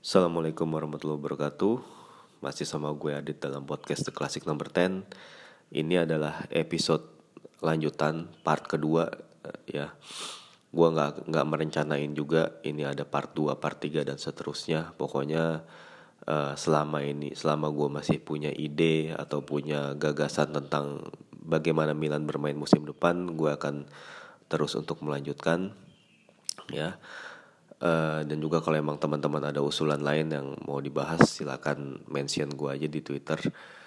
Assalamualaikum warahmatullahi wabarakatuh. Masih sama gue Adit dalam podcast The Classic Number 10. Ini adalah episode lanjutan part kedua ya. Gue nggak merencanain juga ini ada part 2, part 3 dan seterusnya. Pokoknya selama gue masih punya ide atau punya gagasan tentang bagaimana Milan bermain musim depan, gue akan terus untuk melanjutkan ya. Dan juga kalau emang teman-teman ada usulan lain yang mau dibahas, silakan mention gue aja di Twitter.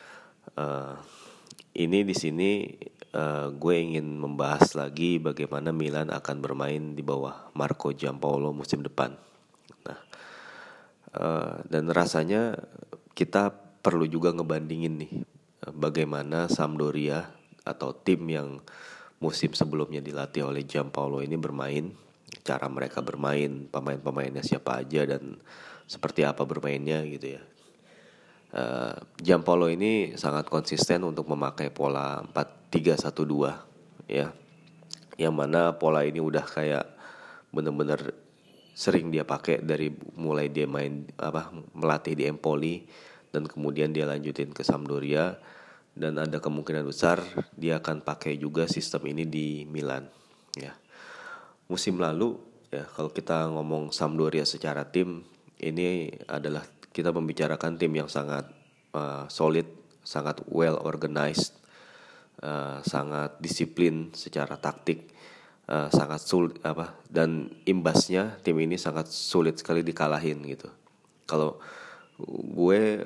Ini di sini gue ingin membahas lagi bagaimana Milan akan bermain di bawah Marco Giampaolo musim depan. Nah, dan rasanya kita perlu juga ngebandingin nih bagaimana Sampdoria atau tim yang musim sebelumnya dilatih oleh Giampaolo ini bermain, cara mereka bermain, pemain-pemainnya siapa aja dan seperti apa bermainnya gitu ya. Giampaolo ini sangat konsisten untuk memakai pola 4-3-1-2 ya. Yang mana pola ini udah kayak bener-bener sering dia pakai dari mulai dia melatih di Empoli dan kemudian dia lanjutin ke Sampdoria, dan ada kemungkinan besar dia akan pakai juga sistem ini di Milan ya. Musim lalu ya, kalau kita ngomong Sampdoria secara tim, ini adalah kita membicarakan tim yang sangat solid, sangat well organized, sangat disiplin secara taktik, sangat sulit dan imbasnya tim ini sangat sulit sekali dikalahin gitu. Kalau gue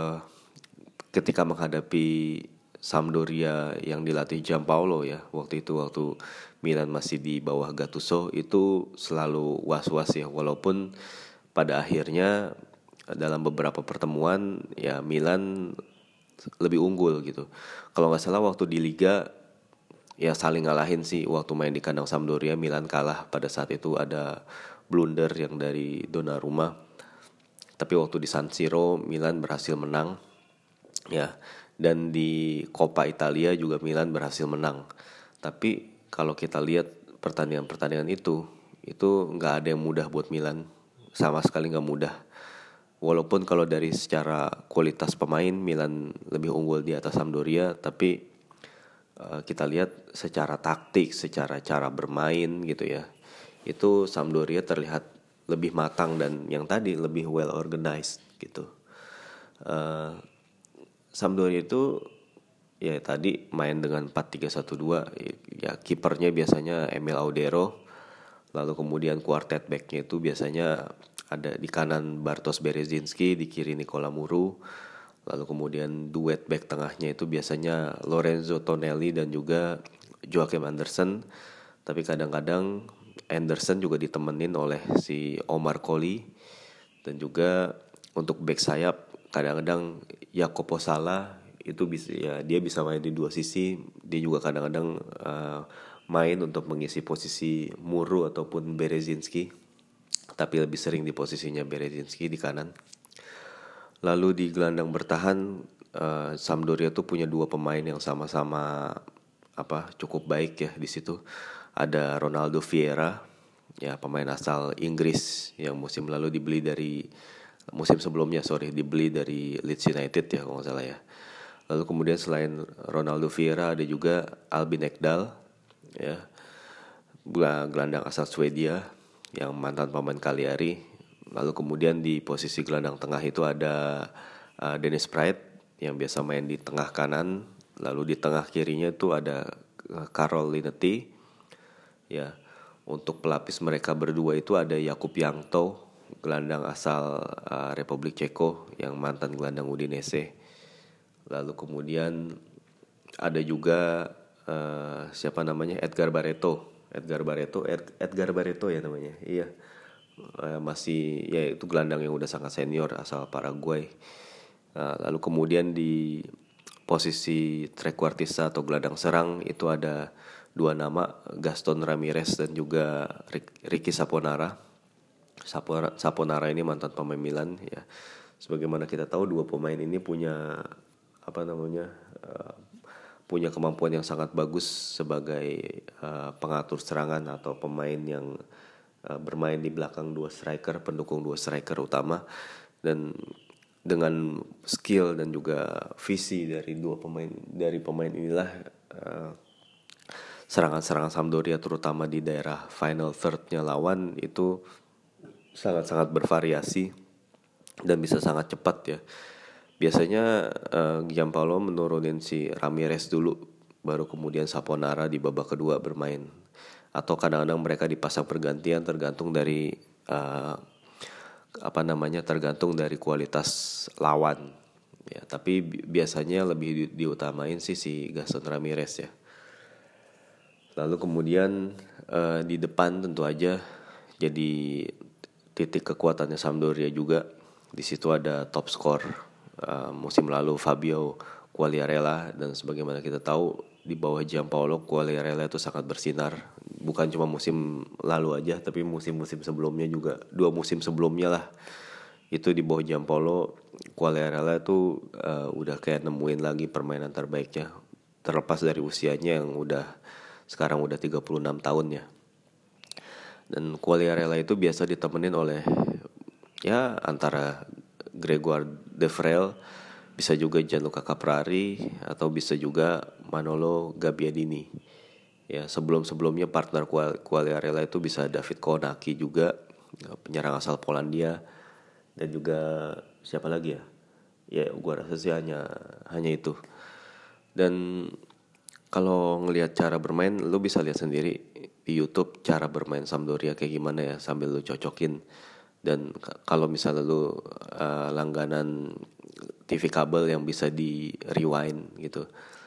ketika menghadapi Sampdoria yang dilatih Giampaolo ya, waktu Milan masih di bawah Gattuso, itu selalu was-was ya, walaupun pada akhirnya dalam beberapa pertemuan ya Milan lebih unggul gitu. Kalau nggak salah waktu di Liga ya saling ngalahin sih, waktu main di kandang Sampdoria Milan kalah, pada saat itu ada blunder yang dari Donnarumma. Tapi waktu di San Siro Milan berhasil menang ya, dan di Coppa Italia juga Milan berhasil menang. Tapi kalau kita lihat pertandingan-pertandingan itu nggak ada yang mudah buat Milan, sama sekali nggak mudah. Walaupun kalau dari secara kualitas pemain Milan lebih unggul di atas Sampdoria, tapi kita lihat secara taktik, secara cara bermain gitu ya, itu Sampdoria terlihat lebih matang dan yang tadi lebih well organized gitu. Sampdoria itu ya tadi main dengan 4-3-1-2 ya, kipernya biasanya Emil Audero, lalu kemudian quartet backnya itu biasanya ada di kanan Bartosz Berezinski, di kiri Nicola Muru, lalu kemudian duet back tengahnya itu biasanya Lorenzo Tonelli dan juga Joachim Andersen. Tapi kadang-kadang Andersen juga ditemenin oleh si Omar Colley, dan juga untuk back sayap kadang-kadang Jacopo Sala itu bisa ya, dia bisa main di dua sisi. Dia juga kadang-kadang main untuk mengisi posisi Muru ataupun Berezinski, tapi lebih sering di posisinya Berezinski di kanan. Lalu di gelandang bertahan Sampdoria tuh punya dua pemain yang sama-sama cukup baik ya di situ. Ada Ronaldo Vieira ya, pemain asal Inggris yang musim sebelumnya dibeli dari Leeds United ya kalau nggak salah ya. Lalu kemudian selain Ronaldo Vieira ada juga Albin Ekdal ya, gelandang asal Swedia yang mantan pemain Cagliari. Lalu kemudian di posisi gelandang tengah itu ada Dennis Praet yang biasa main di tengah kanan. Lalu di tengah kirinya itu ada Karol Linetti ya. Untuk pelapis mereka berdua itu ada Jakub Jankto, gelandang asal Republik Ceko yang mantan gelandang Udinese. Lalu kemudian ada juga Edgar Barreto ya namanya. Iya. Masih ya, itu gelandang yang udah sangat senior asal Paraguay. Lalu kemudian di posisi trequartista atau gelandang serang itu ada dua nama, Gaston Ramirez dan juga Ricky Saponara. Saponara ini mantan pemain Milan ya. Sebagaimana kita tahu dua pemain ini punya punya kemampuan yang sangat bagus sebagai pengatur serangan atau pemain yang bermain di belakang dua striker, pendukung dua striker utama. Dan dengan skill dan juga visi dari pemain inilah serangan-serangan Sampdoria terutama di daerah final thirdnya lawan itu sangat-sangat bervariasi dan bisa sangat cepat ya. Biasanya Gianpaolo menurunin si Ramirez dulu, baru kemudian Saponara di babak kedua bermain. Atau kadang-kadang mereka dipasang pergantian tergantung dari tergantung dari kualitas lawan. Ya, tapi biasanya lebih diutamain si Gaston Ramirez ya. Lalu kemudian di depan tentu aja jadi titik kekuatannya Sampdoria juga. Di situ ada top skor musim lalu Fabio Quagliarella, dan sebagaimana kita tahu di bawah Gianpaolo Quagliarella itu sangat bersinar. Bukan cuma musim lalu aja, tapi musim-musim sebelumnya juga, 2 musim sebelumnya lah. Itu di bawah Gianpaolo Quagliarella itu udah kayak nemuin lagi permainan terbaiknya, terlepas dari usianya yang sekarang udah 36 tahun ya. Dan Quagliarella itu biasa ditemenin oleh ya antara Grégoire de Vrel, bisa juga Gianluca Caprari, atau bisa juga Manolo Gabbiadini. Ya, sebelumnya partner Quagliarella itu bisa David Konaki juga, penyerang asal Polandia, dan juga siapa lagi ya? Ya, gua rasa sih hanya itu. Dan kalau ngelihat cara bermain, lu bisa lihat sendiri di YouTube cara bermain Sampdoria kayak gimana ya, sambil lu cocokin. Dan kalau misalnya lu langganan TV kabel yang bisa di rewind gitu,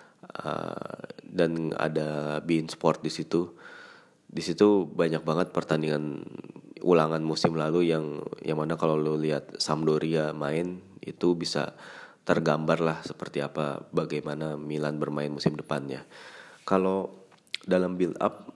dan ada beIN Sport di situ banyak banget pertandingan ulangan musim lalu yang mana kalau lu lihat Sampdoria main itu bisa tergambar lah seperti apa bagaimana Milan bermain musim depannya. Kalau dalam build up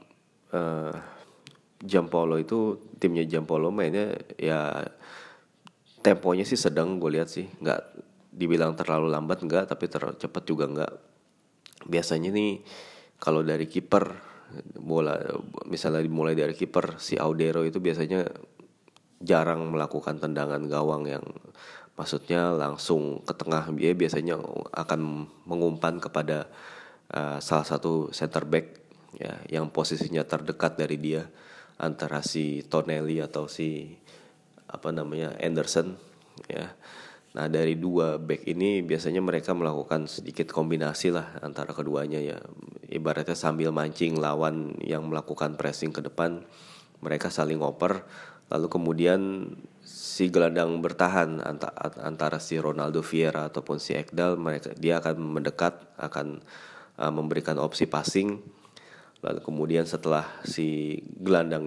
timnya Gianpaolo mainnya ya temponya sih sedang, gue lihat sih nggak dibilang terlalu lambat nggak, tapi terlalu cepat juga nggak. Biasanya nih kalau dari kiper, bola misalnya dimulai dari kiper, si Audero itu biasanya jarang melakukan tendangan gawang yang maksudnya langsung ke tengah. Dia biasanya akan mengumpan kepada salah satu center back ya, yang posisinya terdekat dari dia, antara si Tonelli atau si Anderson ya. Nah, dari 2 back ini biasanya mereka melakukan sedikit kombinasi lah antara keduanya ya. Ibaratnya sambil mancing lawan yang melakukan pressing ke depan, mereka saling ngoper. Lalu kemudian si gelandang bertahan antara si Ronaldo Vieira ataupun si Ekdal, dia akan mendekat, akan memberikan opsi passing. Lalu kemudian setelah si gelandang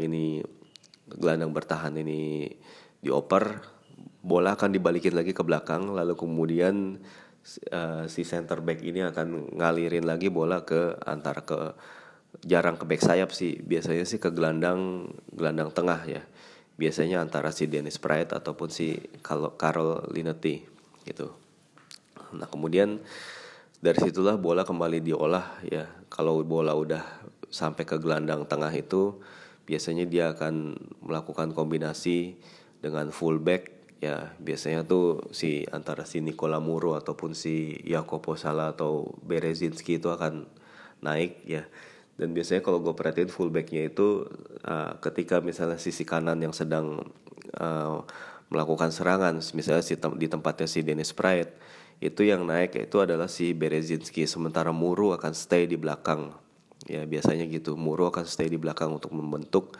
bertahan ini dioper, bola akan dibalikin lagi ke belakang. Lalu kemudian si center back ini akan ngalirin lagi bola jarang ke back sayap sih, biasanya sih ke gelandang tengah ya. Biasanya antara si Dennis Praet ataupun si Carlo Linetti gitu. Nah, kemudian dari situlah bola kembali diolah ya. Kalau bola udah sampai ke gelandang tengah itu, biasanya dia akan melakukan kombinasi dengan fullback ya. Biasanya tuh antara si Nicola Muro ataupun si Jacopo Sala atau Berezinski itu akan naik ya. Dan biasanya kalau gue perhatiin fullbacknya itu ketika misalnya sisi kanan yang sedang melakukan serangan, misalnya di tempatnya si Dennis Praet, itu yang naik itu adalah si Berezinski, sementara Muro akan stay di belakang. Ya, biasanya gitu, Muro akan stay di belakang untuk membentuk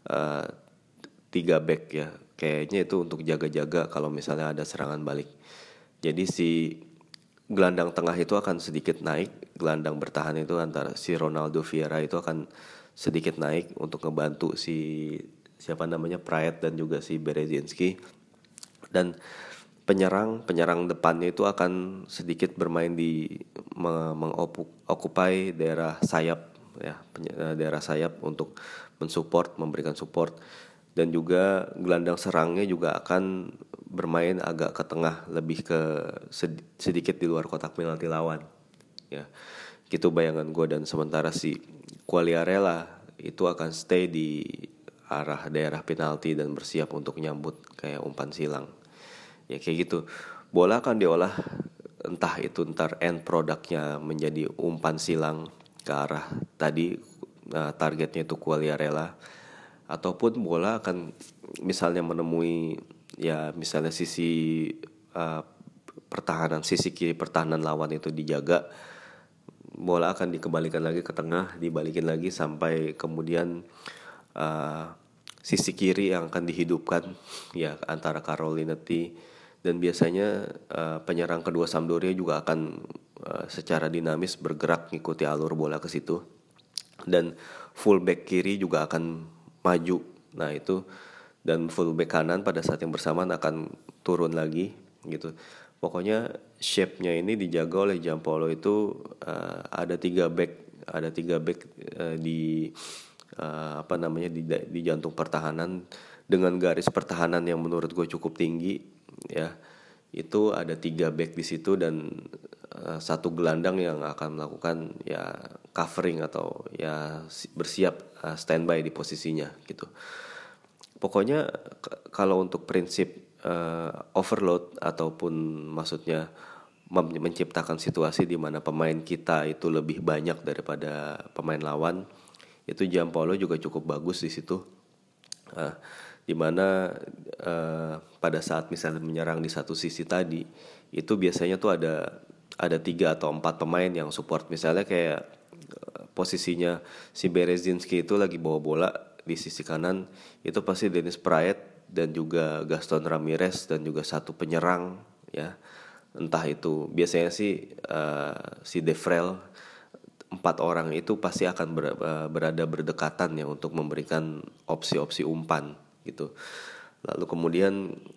3 back ya. Kayaknya itu untuk jaga-jaga kalau misalnya ada serangan balik. Jadi si gelandang tengah itu akan sedikit naik, gelandang bertahan itu antara si Ronaldo Vieira itu akan sedikit naik untuk ngebantu si Praet dan juga si Berezinski. Dan penyerang depannya itu akan sedikit bermain mengokupai daerah sayap ya, daerah sayap untuk memberikan support. Dan juga gelandang serangnya juga akan bermain agak ke tengah, lebih ke sedikit di luar kotak penalti lawan ya. Gitu bayangan gue. Dan sementara si Quagliarella itu akan stay di arah daerah penalti dan bersiap untuk nyambut kayak umpan silang Ya kayak gitu. Bola akan diolah, entah itu ntar end produknya menjadi umpan silang ke arah tadi, targetnya itu Quagliarella, ataupun bola akan misalnya menemui ya misalnya sisi uh, pertahanan, sisi kiri pertahanan lawan itu dijaga, bola akan dikembalikan lagi ke tengah, dibalikin lagi sampai kemudian uh, sisi kiri yang akan dihidupkan ya antara Carolinetti, dan biasanya penyerang kedua Sampdoria juga akan secara dinamis bergerak ngikuti alur bola ke situ, dan fullback kiri juga akan maju. Nah itu, dan fullback kanan pada saat yang bersamaan akan turun lagi gitu. Pokoknya shape-nya ini dijaga oleh Giampolo itu, ada tiga back, di apa namanya di jantung pertahanan, dengan garis pertahanan yang menurut gue cukup tinggi ya. Itu ada tiga back di situ, dan satu gelandang yang akan melakukan ya covering atau ya bersiap standby di posisinya gitu. Pokoknya kalau untuk prinsip overload ataupun maksudnya menciptakan situasi di mana pemain kita itu lebih banyak daripada pemain lawan, itu Giampolo juga cukup bagus di situ. Di mana pada saat misalnya menyerang di satu sisi tadi, itu biasanya tuh ada 3 atau 4 pemain yang support. Misalnya kayak posisinya si Berezinski itu lagi bawa bola di sisi kanan, itu pasti Dennis Praet dan juga Gaston Ramirez dan juga satu penyerang ya, entah itu biasanya sih si Devrel. 4 orang itu pasti akan berada berdekatan ya untuk memberikan opsi-opsi umpan gitu. Lalu kemudian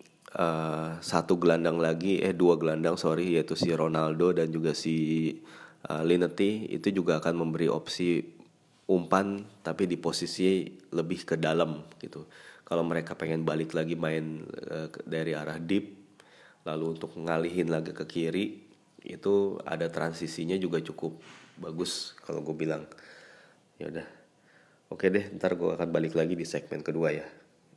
dua gelandang sorry, yaitu si Ronaldo dan juga si Linetti, itu juga akan memberi opsi umpan tapi di posisi lebih ke dalam gitu. Kalau mereka pengen balik lagi main dari arah deep, lalu untuk ngalihin lagi ke kiri, itu ada transisinya juga cukup bagus kalau gue bilang. Ya udah, oke deh, ntar gue akan balik lagi di segmen kedua ya.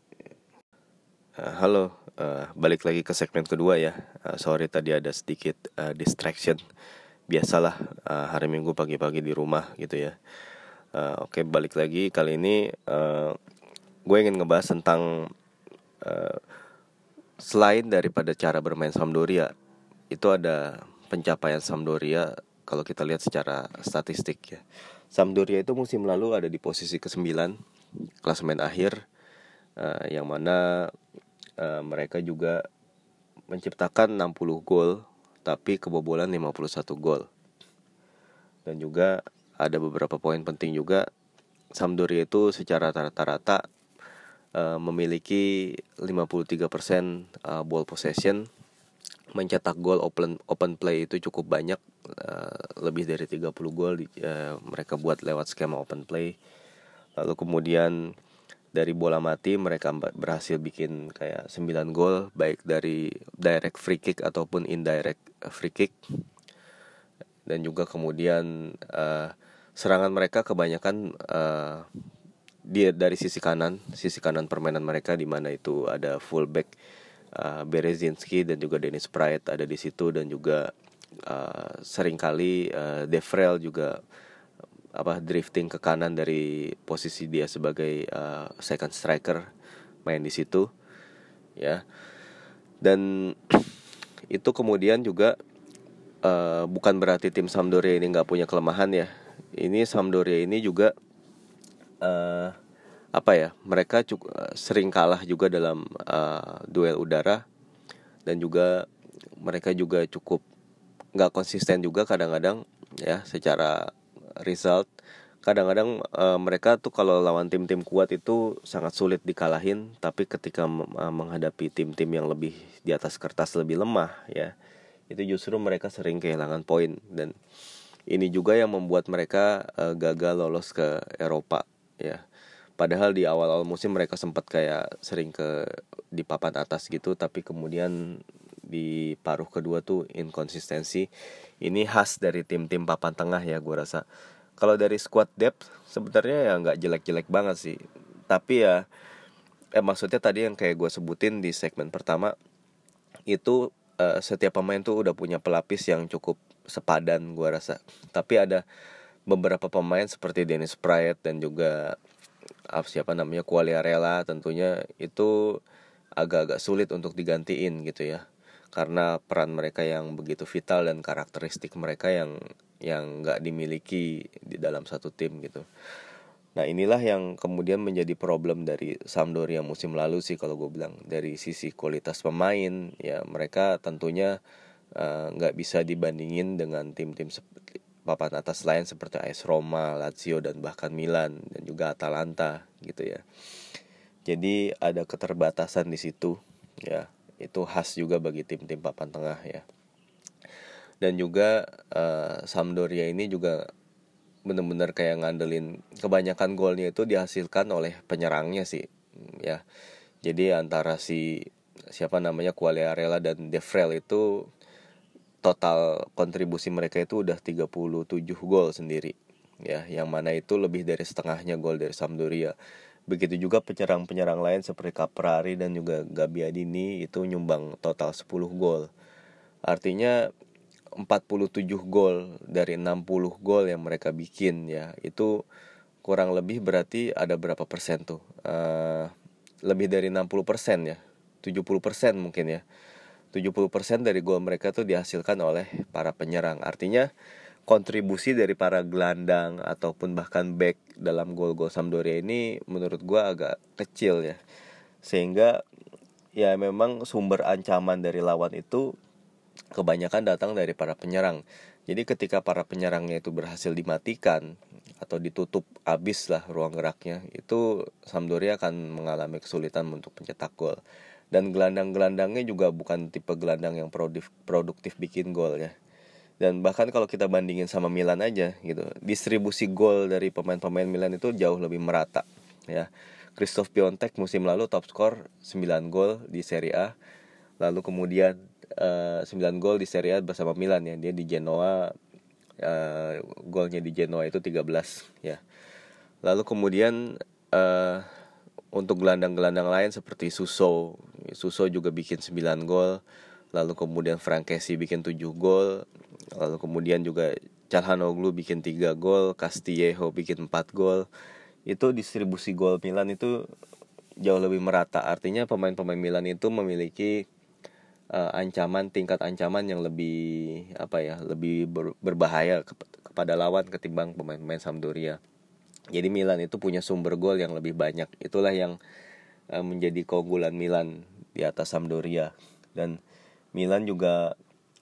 Halo, balik lagi ke segmen kedua ya. Sorry tadi ada sedikit distraction. Biasalah hari Minggu pagi-pagi di rumah gitu ya. Oke, balik lagi. Kali ini gue ingin ngebahas tentang selain daripada cara bermain Sampdoria, itu ada pencapaian Sampdoria kalau kita lihat secara statistik ya. Sampdoria itu musim lalu ada di posisi ke-9 klasemen akhir, yang mana mereka juga menciptakan 60 gol tapi kebobolan 51 gol. Dan juga ada beberapa poin penting juga. Sampdoria itu secara rata-rata memiliki 53% ball possession, mencetak gol open play itu cukup banyak, lebih dari 30 gol mereka buat lewat skema open play. Lalu kemudian dari bola mati mereka berhasil bikin kayak 9 gol, baik dari direct free kick ataupun indirect free kick. Dan juga kemudian serangan mereka kebanyakan dia dari sisi kanan permainan mereka, di mana itu ada fullback Berezinski dan juga Dennis Praet ada di situ, dan juga seringkali Devrel juga drifting ke kanan dari posisi dia sebagai second striker, main di situ ya. Dan itu kemudian juga bukan berarti tim Sampdoria ini nggak punya kelemahan ya. Ini Sampdoria ini juga mereka sering kalah juga dalam duel udara, dan juga mereka juga cukup nggak konsisten juga kadang-kadang ya secara result. Kadang-kadang mereka tuh kalau lawan tim-tim kuat itu sangat sulit dikalahin, tapi ketika menghadapi tim-tim yang lebih di atas kertas lebih lemah ya, itu justru mereka sering kehilangan poin. Dan ini juga yang membuat mereka gagal lolos ke Eropa ya. Padahal di awal-awal musim mereka sempat kayak sering di papan atas gitu, tapi kemudian di paruh kedua tuh inkonsistensi. Ini khas dari tim-tim papan tengah ya gue rasa. Kalau dari squad depth sebenarnya ya nggak jelek-jelek banget sih. Tapi ya maksudnya tadi yang kayak gue sebutin di segmen pertama, itu setiap pemain tuh udah punya pelapis yang cukup sepadan gua rasa. Tapi ada beberapa pemain seperti Dennis Praet dan juga siapa namanya Quagliarella tentunya itu agak-agak sulit untuk digantiin gitu ya, karena peran mereka yang begitu vital dan karakteristik mereka yang nggak dimiliki di dalam satu tim gitu. Nah inilah yang kemudian menjadi problem dari Sampdoria musim lalu sih kalau gue bilang. Dari sisi kualitas pemain ya mereka tentunya nggak bisa dibandingin dengan tim-tim papan atas lain seperti AS Roma, Lazio dan bahkan Milan dan juga Atalanta gitu ya. Jadi ada keterbatasan di situ ya. Itu khas juga bagi tim-tim papan tengah ya. Dan juga Sampdoria ini juga benar-benar kayak ngandelin kebanyakan golnya itu dihasilkan oleh penyerangnya sih ya. Jadi antara siapa namanya Quagliarella dan De Vrij itu total kontribusi mereka itu udah 37 gol sendiri ya, yang mana itu lebih dari setengahnya gol dari Sampdoria. Begitu juga penyerang-penyerang lain seperti Caprari dan juga Gabbiadini itu nyumbang total 10 gol. Artinya 47 gol dari 60 gol yang mereka bikin ya, itu kurang lebih berarti ada berapa persen tuh? Lebih dari 60% ya, 70% mungkin ya. 70% dari gol mereka tuh dihasilkan oleh para penyerang. Artinya kontribusi dari para gelandang ataupun bahkan back dalam gol-gol Sampdoria ini menurut gua agak kecil ya. Sehingga ya memang sumber ancaman dari lawan itu kebanyakan datang dari para penyerang. Jadi ketika para penyerangnya itu berhasil dimatikan atau ditutup habis lah ruang geraknya, itu Sampdoria akan mengalami kesulitan untuk mencetak gol. Dan gelandang-gelandangnya juga bukan tipe gelandang yang produktif bikin gol ya. Dan bahkan kalau kita bandingin sama Milan aja gitu, distribusi gol dari pemain-pemain Milan itu jauh lebih merata ya. Christophe Piontek musim lalu top skor 9 gol di Serie A. Lalu kemudian 9 gol di Serie A bersama Milan ya. Dia di Genoa, golnya di Genoa itu 13 ya. Lalu kemudian untuk gelandang-gelandang lain seperti Suso juga bikin 9 gol. Lalu kemudian Frankesi bikin 7 gol. Lalu kemudian juga Calhanoglu bikin 3 gol, Castillejo bikin 4 gol. Itu distribusi gol Milan itu jauh lebih merata. Artinya pemain-pemain Milan itu memiliki tingkat ancaman yang lebih lebih berbahaya kepada lawan ketimbang pemain-pemain Sampdoria. Jadi Milan itu punya sumber gol yang lebih banyak. Itulah yang menjadi keunggulan Milan di atas Sampdoria. Dan Milan juga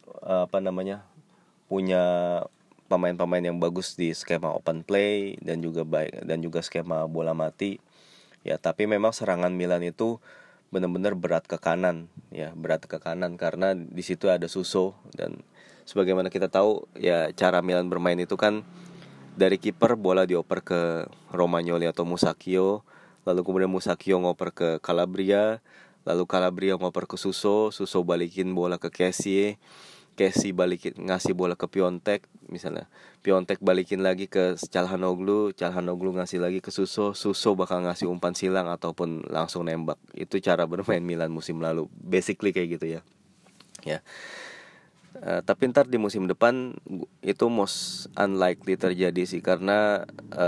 punya pemain-pemain yang bagus di skema open play dan juga skema bola mati. Ya, tapi memang serangan Milan itu benar-benar berat ke kanan karena di situ ada Suso. Dan sebagaimana kita tahu ya, cara Milan bermain itu kan dari kiper bola dioper ke Romagnoli atau Musacchio, lalu kemudian Musacchio ngoper ke Calabria, lalu Calabria ngoper ke Suso balikin bola ke Kessie balikin ngasih bola ke Piontek misalnya, Piontek balikin lagi ke Calhanoglu ngasih lagi ke Suso bakal ngasih umpan silang ataupun langsung nembak. Itu cara bermain Milan musim lalu, basically kayak gitu ya. Tapi ntar di musim depan itu most unlikely terjadi sih, karena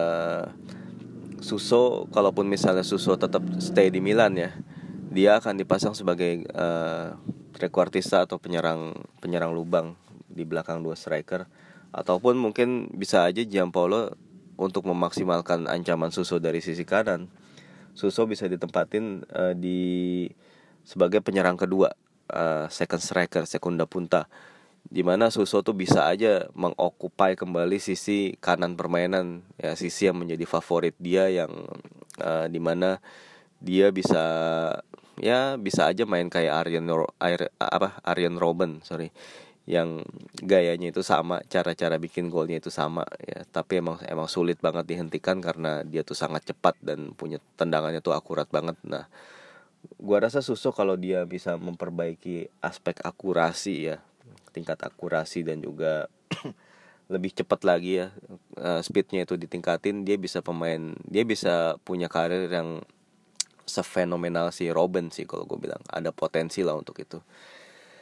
Suso, kalaupun misalnya Suso tetap stay di Milan ya, dia akan dipasang sebagai trequartista atau penyerang lubang di belakang dua striker, ataupun mungkin bisa aja Giampaolo untuk memaksimalkan ancaman Suso dari sisi kanan, Suso bisa ditempatin sebagai penyerang kedua, second striker, sekunda punta, di mana Suso tuh bisa aja mengokupai kembali sisi kanan permainan ya, sisi yang menjadi favorit dia, yang di mana dia bisa aja main kayak Arjen Robben yang gayanya itu sama, cara-cara bikin golnya itu sama ya, tapi emang sulit banget dihentikan karena dia tuh sangat cepat dan punya tendangannya tuh akurat banget. Nah, gua rasa Suso kalau dia bisa memperbaiki aspek akurasi ya, tingkat akurasi dan juga lebih cepat lagi ya, speednya itu ditingkatin, dia bisa punya karir yang sefenomenal si Robben sih, kalau gue bilang ada potensi lah untuk itu.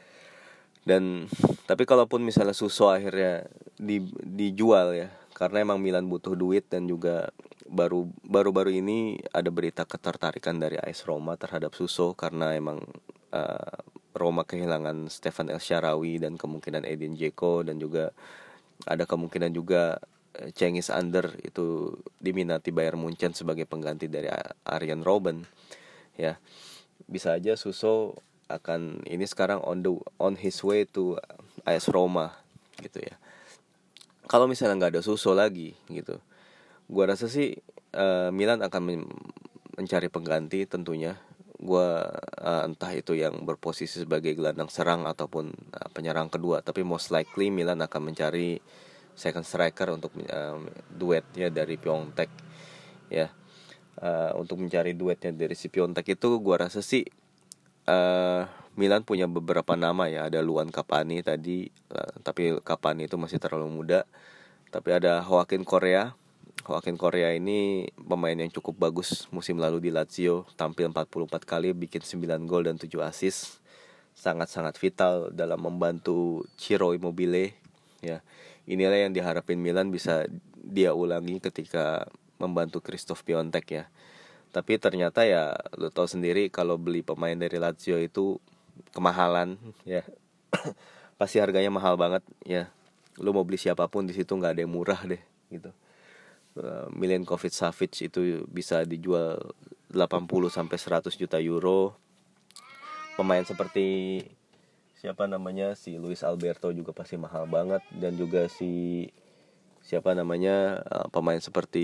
Dan tapi kalaupun misalnya Suso akhirnya dijual ya, karena emang Milan butuh duit, dan juga baru-baru ini ada berita ketertarikan dari AS Roma terhadap Suso karena emang Roma kehilangan Stefan El Shaarawy dan kemungkinan Edin Dzeko, dan juga ada kemungkinan juga Cengiz Under itu diminati Bayern Munchen sebagai pengganti dari Arjen Robben ya. Bisa aja Suso akan ini sekarang on his way to AS Roma gitu ya. Kalau misalnya nggak ada Suso lagi gitu, gua rasa sih Milan akan mencari pengganti tentunya. Entah itu yang berposisi sebagai gelandang serang ataupun penyerang kedua, tapi most likely Milan akan mencari second striker untuk duetnya dari Piontek ya. Untuk mencari duetnya dari si Piontek itu gua rasa sih Milan punya beberapa nama ya. Ada Luan Capani tadi, tapi Capani itu masih terlalu muda. Tapi ada Joaquin Correa ini pemain yang cukup bagus musim lalu di Lazio, tampil 44 kali, bikin 9 gol dan 7 assist. Sangat-sangat vital dalam membantu Ciro Immobile ya. Inilah yang diharapin Milan bisa dia ulangi ketika membantu Christophe Piontek ya. Tapi ternyata ya lo tau sendiri, kalau beli pemain dari Lazio itu kemahalan ya. Pasti harganya mahal banget ya. Lo mau beli siapapun di situ nggak ada yang murah deh gitu. Milenkovic Savic itu bisa dijual 80 sampai 100 juta euro. Pemain seperti siapa namanya, si Luis Alberto juga pasti mahal banget. Dan juga si siapa namanya, pemain seperti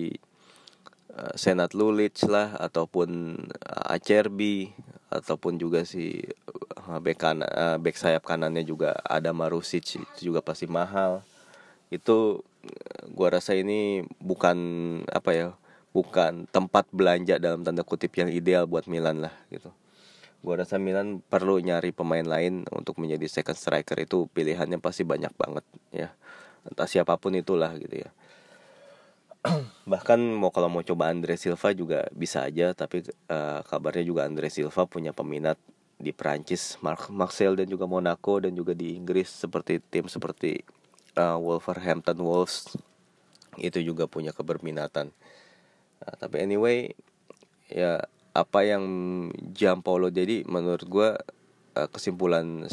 Senat Lulic lah, ataupun Acerbi, ataupun juga si bek sayap kanannya juga ada Marusic, itu juga pasti mahal. Itu gua rasa ini bukan tempat belanja dalam tanda kutip yang ideal buat Milan lah gitu. Gua rasa Milan perlu nyari pemain lain untuk menjadi second striker. Itu pilihannya pasti banyak banget ya, entah siapapun itulah gitu ya. Bahkan kalau mau coba Andre Silva juga bisa aja, tapi kabarnya juga Andre Silva punya peminat di Prancis, Marseille dan juga Monaco, dan juga di Inggris seperti tim seperti Wolverhampton Wolves itu juga punya keberminatan. Tapi anyway ya, apa yang Giampaolo, jadi menurut gue kesimpulan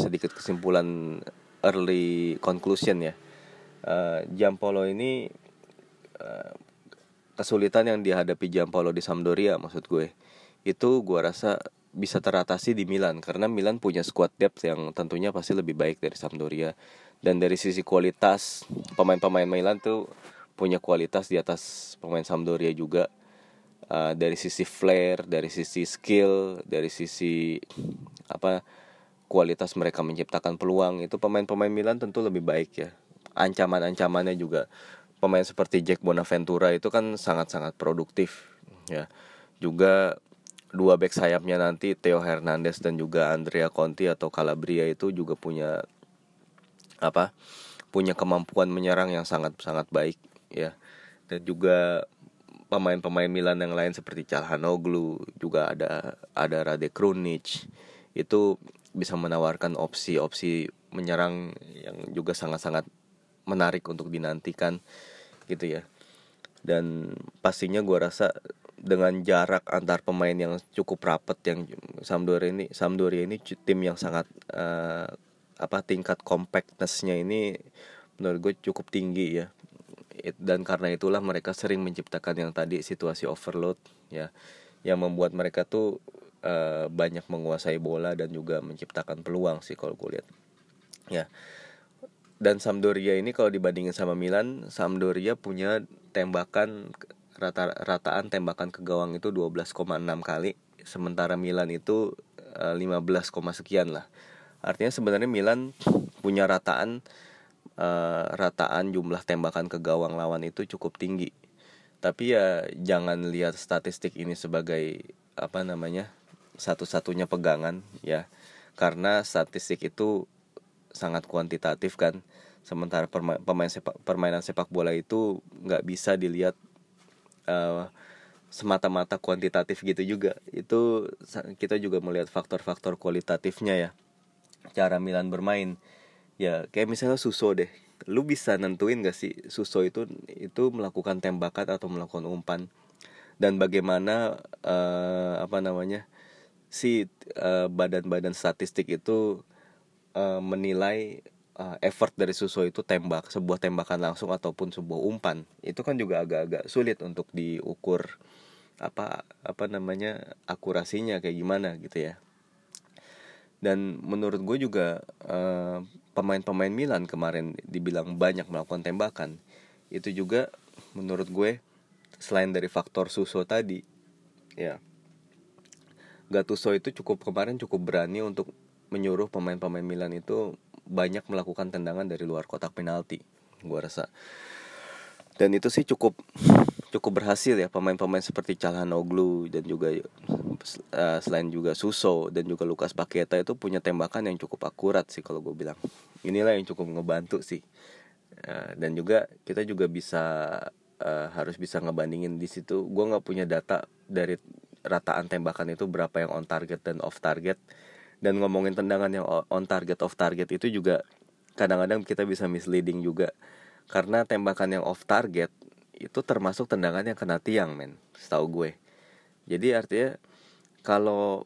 early conclusion ya, Giampaolo ini kesulitan yang dihadapi Giampaolo di Sampdoria maksud gue, itu gue rasa bisa teratasi di Milan, karena Milan punya squad depth yang tentunya pasti lebih baik dari Sampdoria. Dan dari sisi kualitas, pemain-pemain Milan tuh punya kualitas di atas pemain Sampdoria juga. Dari sisi flair, dari sisi skill, dari sisi kualitas mereka menciptakan peluang, itu pemain-pemain Milan tentu lebih baik ya. Ancaman-ancamannya juga, pemain seperti Jack Bonaventura itu kan sangat-sangat produktif ya. Juga dua bek sayapnya nanti, Theo Hernandez dan juga Andrea Conti atau Calabria, itu juga punya kemampuan menyerang yang sangat-sangat baik ya. Dan juga pemain-pemain Milan yang lain seperti Calhanoglu, juga ada Rade Krunic, itu bisa menawarkan opsi-opsi menyerang yang juga sangat-sangat menarik untuk dinantikan gitu ya. Dan pastinya gue rasa dengan jarak antar pemain yang cukup rapat, yang Sampdoria ini tim yang sangat tingkat compactness-nya ini menurut gue cukup tinggi ya. Dan karena itulah mereka sering menciptakan yang tadi situasi overload ya, yang membuat mereka tuh banyak menguasai bola dan juga menciptakan peluang sih kalau gue lihat ya. Dan Sampdoria ini kalau dibandingin sama Milan, Sampdoria punya rataan tembakan ke gawang itu 12,6 kali, sementara Milan itu 15, sekian lah. Artinya sebenarnya Milan punya rataan jumlah tembakan ke gawang lawan itu cukup tinggi. Tapi ya jangan lihat statistik ini sebagai satu-satunya pegangan ya, karena statistik itu sangat kuantitatif kan. Sementara permainan sepak bola itu nggak bisa dilihat semata-mata kuantitatif gitu juga. Itu kita juga melihat faktor-faktor kualitatifnya ya. cara Milan bermain. Ya kayak misalnya Suso deh, lu bisa nentuin gak sih Suso itu melakukan tembakan atau melakukan umpan, dan bagaimana apa namanya si badan-badan statistik itu menilai effort dari Suso itu sebuah tembakan langsung ataupun sebuah umpan. Itu kan juga agak-agak sulit untuk diukur apa namanya akurasinya kayak gimana gitu ya. Dan menurut gue juga pemain-pemain Milan kemarin dibilang banyak melakukan tembakan. Itu juga menurut gue selain dari faktor Suso tadi, ya Gattuso itu kemarin cukup berani untuk menyuruh pemain-pemain Milan itu banyak melakukan tendangan dari luar kotak penalti, gue rasa. Dan itu sih cukup berhasil ya, pemain-pemain seperti Calhanoglu dan juga selain juga Suso dan juga Lucas Paqueta itu punya tembakan yang cukup akurat sih kalau gue bilang. Inilah yang cukup ngebantu sih. Dan juga kita juga harus bisa ngebandingin di situ. Gue nggak punya data dari rataan tembakan itu berapa yang on target dan off target. Dan ngomongin tendangan yang on target off target itu juga kadang-kadang kita bisa misleading juga, karena tembakan yang off target itu termasuk tendangan yang kena tiang, setahu gue. Jadi artinya kalau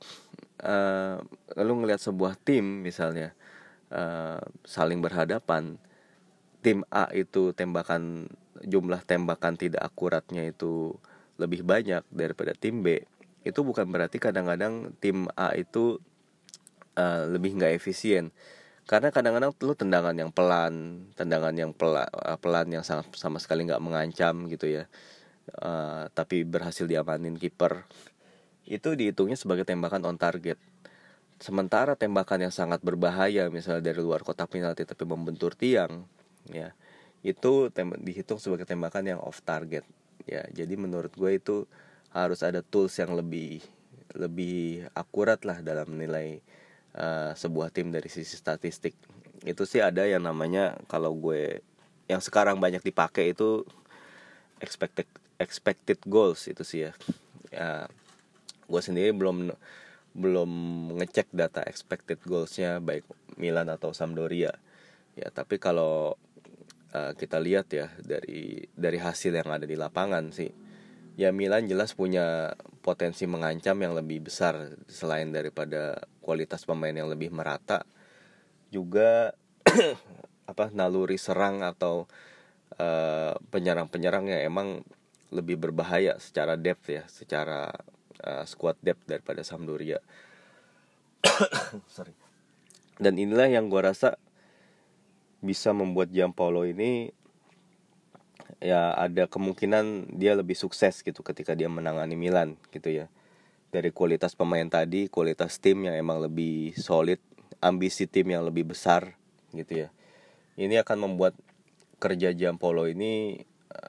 lu ngelihat sebuah tim misalnya saling berhadapan, tim A itu jumlah tembakan tidak akuratnya itu lebih banyak daripada tim B, itu bukan berarti kadang-kadang tim A itu lebih nggak efisien. Karena kadang-kadang lu tendangan yang pelan yang sama sekali nggak mengancam gitu ya, tapi berhasil diamanin kiper, itu dihitungnya sebagai tembakan on target. Sementara tembakan yang sangat berbahaya misalnya dari luar kotak penalti tapi membentur tiang, ya itu dihitung sebagai tembakan yang off target. Ya jadi menurut gue itu harus ada tools yang lebih akurat lah dalam menilai sebuah tim dari sisi statistik. Itu sih ada yang namanya, kalau gue yang sekarang banyak dipakai itu expected goals itu sih ya. Gue sendiri belum ngecek data expected goalsnya baik Milan atau Sampdoria ya, tapi kalau kita lihat ya dari hasil yang ada di lapangan sih, ya Milan jelas punya potensi mengancam yang lebih besar selain daripada kualitas pemain yang lebih merata, juga naluri serang atau penyerang-penyerang yang emang lebih berbahaya secara depth ya, secara squad depth daripada Sampdoria. Sorry. Dan inilah yang gue rasa bisa membuat Giampaolo ini ya ada kemungkinan dia lebih sukses gitu ketika dia menangani Milan gitu ya. Dari kualitas pemain tadi, kualitas tim yang emang lebih solid, ambisi tim yang lebih besar gitu ya. Ini akan membuat kerja Giampaolo ini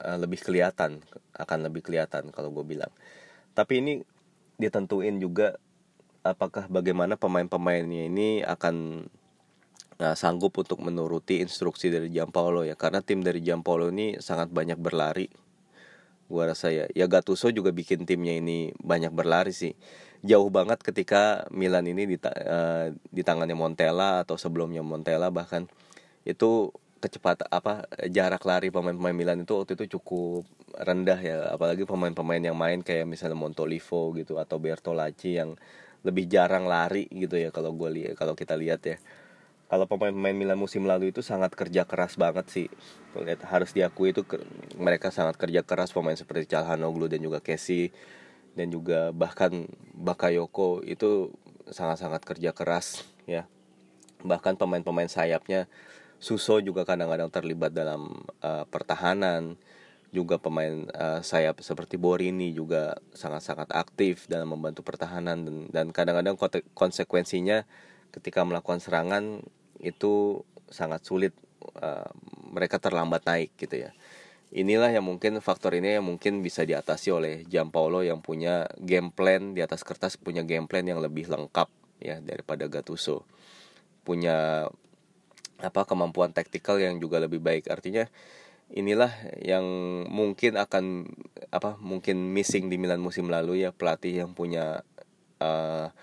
akan lebih kelihatan kalau gue bilang. Tapi ini ditentuin juga apakah bagaimana pemain-pemainnya ini akan sanggup untuk menuruti instruksi dari Giampaolo ya, karena tim dari Giampaolo ini sangat banyak berlari. Gua rasa ya Gattuso juga bikin timnya ini banyak berlari sih. Jauh banget ketika Milan ini di tangannya Montella atau sebelumnya Montella, bahkan itu kecepatan jarak lari pemain-pemain Milan itu waktu itu cukup rendah ya, apalagi pemain-pemain yang main kayak misalnya Montolivo gitu atau Bertolacci yang lebih jarang lari gitu ya, kalau kita lihat ya. Kalau pemain-pemain Milan musim lalu itu sangat kerja keras banget sih. Harus diakui itu mereka sangat kerja keras, pemain seperti Calhanoglu dan juga Kessie dan juga bahkan Bakayoko itu sangat-sangat kerja keras ya. Bahkan pemain-pemain sayapnya Suso juga kadang-kadang terlibat dalam pertahanan. Juga pemain sayap seperti Borini juga sangat-sangat aktif dalam membantu pertahanan, dan kadang-kadang konsekuensinya ketika melakukan serangan itu sangat sulit, mereka terlambat naik gitu ya. Inilah yang mungkin faktor ini yang mungkin bisa diatasi oleh Giampaolo yang punya game plan di atas kertas, punya game plan yang lebih lengkap ya daripada Gattuso. Punya kemampuan taktikal yang juga lebih baik. Artinya inilah yang mungkin mungkin missing di Milan musim lalu ya, pelatih yang punya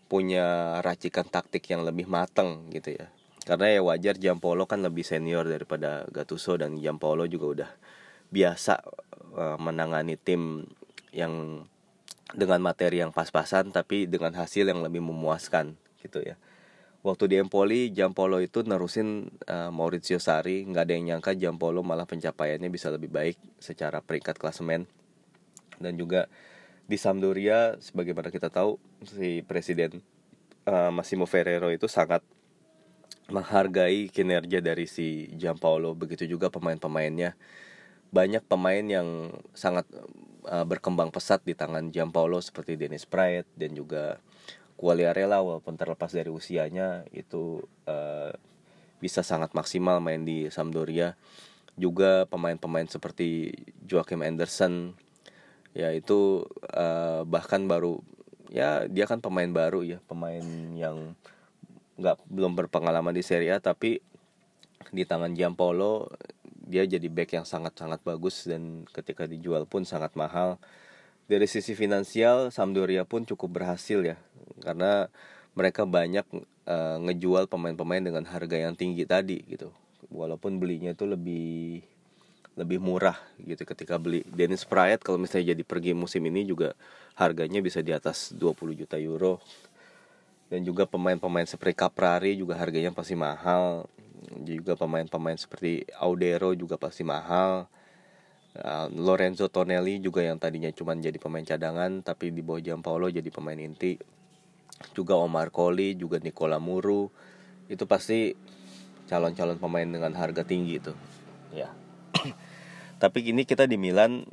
punya racikan taktik yang lebih matang gitu ya. Karena ya wajar, Giampaolo kan lebih senior daripada Gattuso, dan Giampaolo juga udah biasa menangani tim yang dengan materi yang pas-pasan tapi dengan hasil yang lebih memuaskan gitu ya. Waktu di Empoli, Giampaolo itu nerusin Maurizio Sarri. Nggak ada yang nyangka Giampaolo malah pencapaiannya bisa lebih baik secara peringkat klasemen. Dan juga di Sampdoria, sebagaimana kita tahu, si presiden Massimo Ferrero itu sangat menghargai kinerja dari si Giampaolo. Begitu juga pemain-pemainnya. Banyak pemain yang sangat berkembang pesat di tangan Giampaolo, seperti Dennis Praet dan juga Quagliarella, walaupun terlepas dari usianya itu bisa sangat maksimal main di Sampdoria. Juga pemain-pemain seperti Joachim Andersen, ya itu bahkan baru, ya dia kan pemain baru ya, pemain yang belum berpengalaman di Serie A, tapi di tangan Giampaolo dia jadi back yang sangat-sangat bagus, dan ketika dijual pun sangat mahal. Dari sisi finansial, Sampdoria pun cukup berhasil ya, karena mereka banyak ngejual pemain-pemain dengan harga yang tinggi tadi gitu. Walaupun belinya itu lebih murah gitu. Ketika beli Dennis Praet, kalau misalnya jadi pergi musim ini juga harganya bisa di atas 20 juta euro. Dan juga pemain-pemain seperti Caprari juga harganya pasti mahal. Juga pemain-pemain seperti Audero juga pasti mahal. Lorenzo Tonelli juga yang tadinya cuma jadi pemain cadangan, tapi di bawah Giampaolo jadi pemain inti. Juga Omar Colley, juga Nicola Muru, itu pasti calon-calon pemain dengan harga tinggi tuh ya. Tapi gini, kita di Milan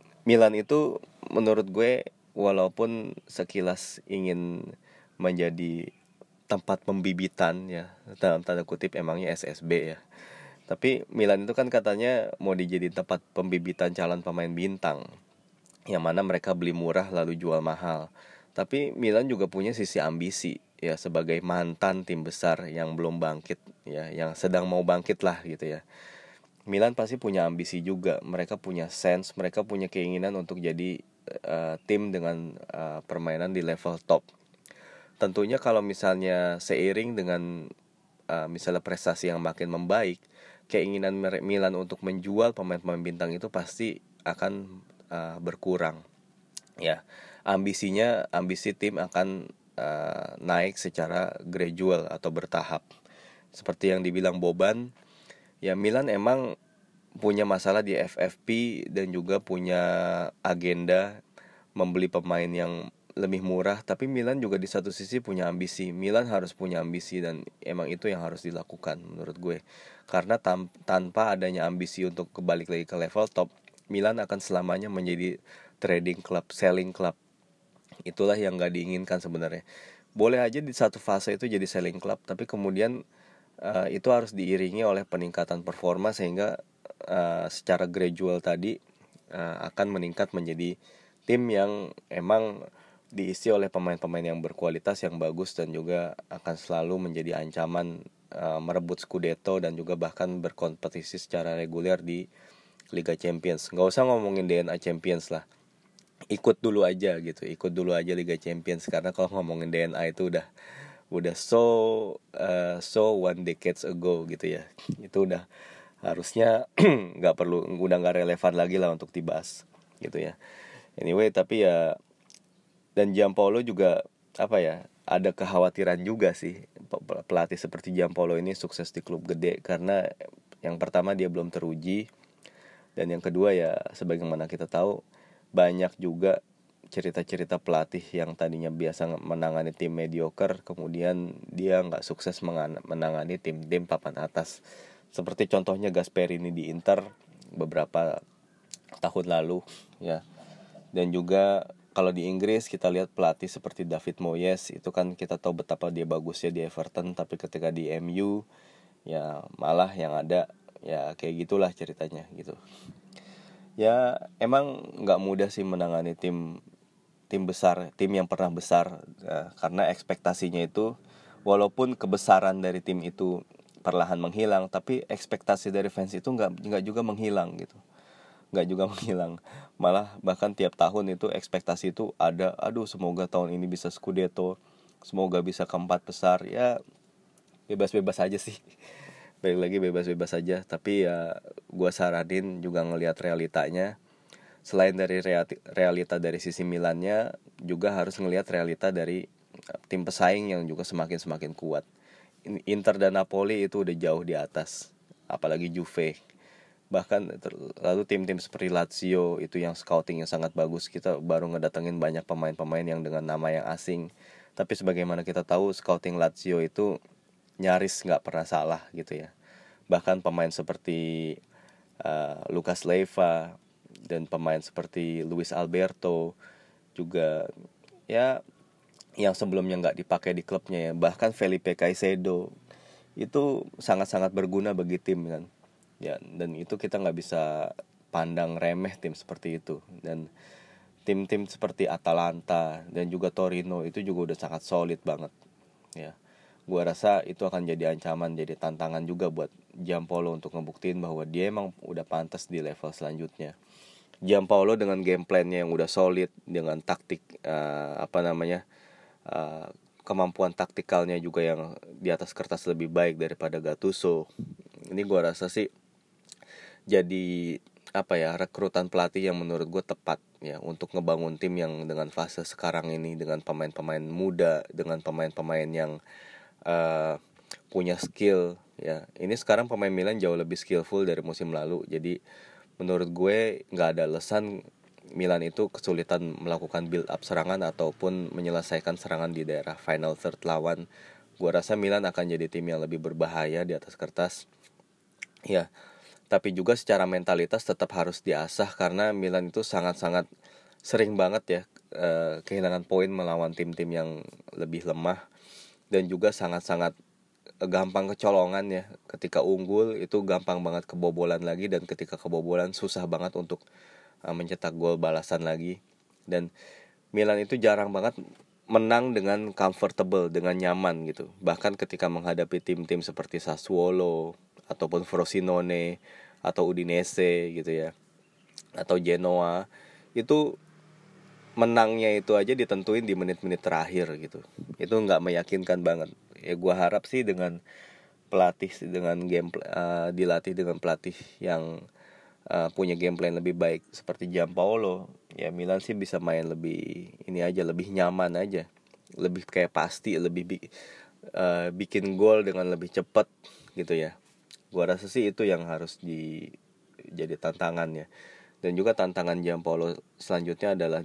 itu menurut gue, walaupun sekilas ingin menjadi tempat pembibitan ya, dalam tanda kutip emangnya SSB ya, tapi Milan itu kan katanya mau dijadiin tempat pembibitan calon pemain bintang, yang mana mereka beli murah lalu jual mahal. Tapi Milan juga punya sisi ambisi ya, sebagai mantan tim besar yang belum bangkit ya, yang sedang mau bangkit lah gitu ya. Milan pasti punya ambisi juga, mereka punya sense, mereka punya keinginan untuk jadi tim dengan permainan di level top. Tentunya kalau misalnya seiring dengan misalnya prestasi yang makin membaik, keinginan Milan untuk menjual pemain-pemain bintang itu pasti akan berkurang. Ya, ambisi tim akan naik secara gradual atau bertahap. Seperti yang dibilang Boban, ya Milan emang punya masalah di FFP dan juga punya agenda membeli pemain yang lebih murah, tapi Milan juga di satu sisi punya ambisi. Milan harus punya ambisi, dan emang itu yang harus dilakukan menurut gue. Karena tanpa adanya ambisi untuk kembali lagi ke level top, Milan akan selamanya menjadi trading club, selling club. Itulah yang gak diinginkan sebenarnya. Boleh aja di satu fase itu jadi selling club, tapi kemudian itu harus diiringi oleh peningkatan performa, sehingga secara gradual tadi akan meningkat menjadi tim yang emang diisi oleh pemain-pemain yang berkualitas, yang bagus, dan juga akan selalu menjadi ancaman merebut Scudetto dan juga bahkan berkompetisi secara reguler di Liga Champions. Nggak usah ngomongin DNA Champions lah, ikut dulu aja Liga Champions, karena kalau ngomongin DNA itu udah so one decades ago gitu ya. Itu udah harusnya udah nggak relevan lagi lah untuk dibahas gitu ya. Anyway, tapi ya, dan Giampaolo juga ada kekhawatiran juga sih, pelatih seperti Giampaolo ini sukses di klub gede, karena yang pertama dia belum teruji, dan yang kedua ya sebagaimana kita tahu, banyak juga cerita-cerita pelatih yang tadinya biasa menangani tim mediocre, kemudian dia nggak sukses menangani tim-tim papan atas, seperti contohnya Gasperini di Inter beberapa tahun lalu ya. Dan juga kalau di Inggris kita lihat pelatih seperti David Moyes, itu kan kita tahu betapa dia bagusnya di Everton, tapi ketika di MU ya malah yang ada ya kayak gitulah ceritanya gitu. Ya emang nggak mudah sih menangani tim besar, tim yang pernah besar ya, karena ekspektasinya itu, walaupun kebesaran dari tim itu perlahan menghilang, tapi ekspektasi dari fans itu nggak juga menghilang gitu, nggak juga menghilang, malah bahkan tiap tahun itu ekspektasi itu ada. Aduh, semoga tahun ini bisa Scudetto, semoga bisa ke 4 besar. Ya bebas-bebas aja sih. Balik lagi bebas-bebas aja. Tapi ya gue saranin juga ngelihat realitanya. Selain dari realita dari sisi Milannya, juga harus ngelihat realita dari tim pesaing yang juga semakin kuat. Inter dan Napoli itu udah jauh di atas, apalagi Juve. Bahkan lalu tim-tim seperti Lazio itu yang scoutingnya sangat bagus, kita baru ngedatengin banyak pemain-pemain yang dengan nama yang asing. Tapi sebagaimana kita tahu, scouting Lazio itu nyaris nggak pernah salah gitu ya. Bahkan pemain seperti Lucas Leiva dan pemain seperti Luis Alberto juga ya yang sebelumnya nggak dipakai di klubnya ya, bahkan Felipe Caicedo itu sangat-sangat berguna bagi tim kan ya, dan itu kita nggak bisa pandang remeh tim seperti itu. Dan tim-tim seperti Atalanta dan juga Torino itu juga udah sangat solid banget ya. Gua rasa itu akan jadi ancaman, jadi tantangan juga buat Giampolo untuk ngebuktiin bahwa dia emang udah pantas di level selanjutnya. Giampolo dengan game plan-nya yang udah solid, dengan taktik uh, kemampuan taktikalnya juga yang di atas kertas lebih baik daripada Gattuso. Ini gue rasa sih jadi rekrutan pelatih yang menurut gue tepat ya untuk ngebangun tim yang dengan fase sekarang ini, dengan pemain-pemain muda, dengan pemain-pemain yang punya skill ya. Ini sekarang pemain Milan jauh lebih skillful dari musim lalu. Jadi menurut gue nggak ada alasan Milan itu kesulitan melakukan build up serangan ataupun menyelesaikan serangan di daerah final third lawan. Gue rasa Milan akan jadi tim yang lebih berbahaya di atas kertas ya. Tapi juga secara mentalitas tetap harus diasah, karena Milan itu sangat-sangat sering banget ya kehilangan poin melawan tim-tim yang lebih lemah, dan juga sangat-sangat gampang kecolongan ya. Ketika unggul itu gampang banget kebobolan lagi, dan ketika kebobolan susah banget untuk mencetak gol balasan lagi. Dan Milan itu jarang banget menang dengan comfortable, dengan nyaman gitu. Bahkan ketika menghadapi tim-tim seperti Sassuolo ataupun Frosinone atau Udinese gitu ya, atau Genoa, itu menangnya itu aja ditentuin di menit-menit terakhir gitu. Itu nggak meyakinkan banget. Ya gue harap sih dengan dilatih dengan pelatih yang punya game plan lebih baik seperti Giampolo, ya Milan sih bisa main lebih ini aja, lebih nyaman aja, lebih kayak pasti, lebih bikin gol dengan lebih cepat gitu ya. Gua rasa sih itu yang harus jadi tantangan ya. Dan juga tantangan Giampolo selanjutnya adalah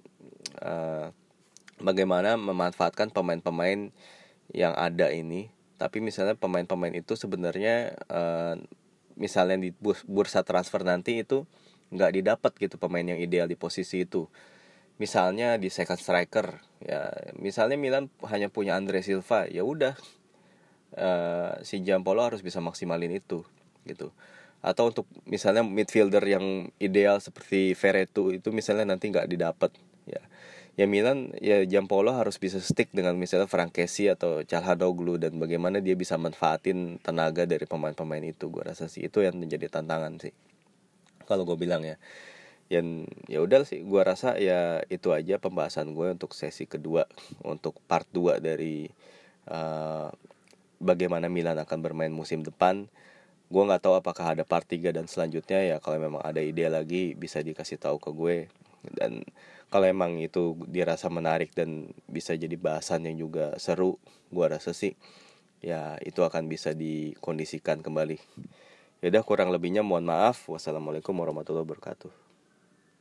bagaimana memanfaatkan pemain-pemain yang ada ini. Tapi misalnya pemain-pemain itu sebenarnya misalnya di bursa transfer nanti itu nggak didapat gitu pemain yang ideal di posisi itu. Misalnya di second striker ya, misalnya Milan hanya punya Andre Silva, ya udah si Giampolo harus bisa maksimalin itu gitu. Atau untuk misalnya midfielder yang ideal seperti Veretout itu misalnya nanti nggak didapat ya. Ya Milan, ya Giampolo harus bisa stick dengan misalnya Frankesi atau Calhanoglu, dan bagaimana dia bisa manfaatin tenaga dari pemain-pemain itu. Gue rasa sih itu yang menjadi tantangan sih kalau gue bilang ya. Dan ya udah sih, gue rasa ya itu aja pembahasan gue untuk sesi kedua, untuk part 2 dari bagaimana Milan akan bermain musim depan. Gue nggak tahu apakah ada part 3 dan selanjutnya ya. Kalau memang ada ide lagi bisa dikasih tahu ke gue. Dan kalau emang itu dirasa menarik dan bisa jadi bahasan yang juga seru, gue rasa sih ya itu akan bisa dikondisikan kembali. Yaudah, kurang lebihnya mohon maaf. Wassalamualaikum warahmatullahi wabarakatuh.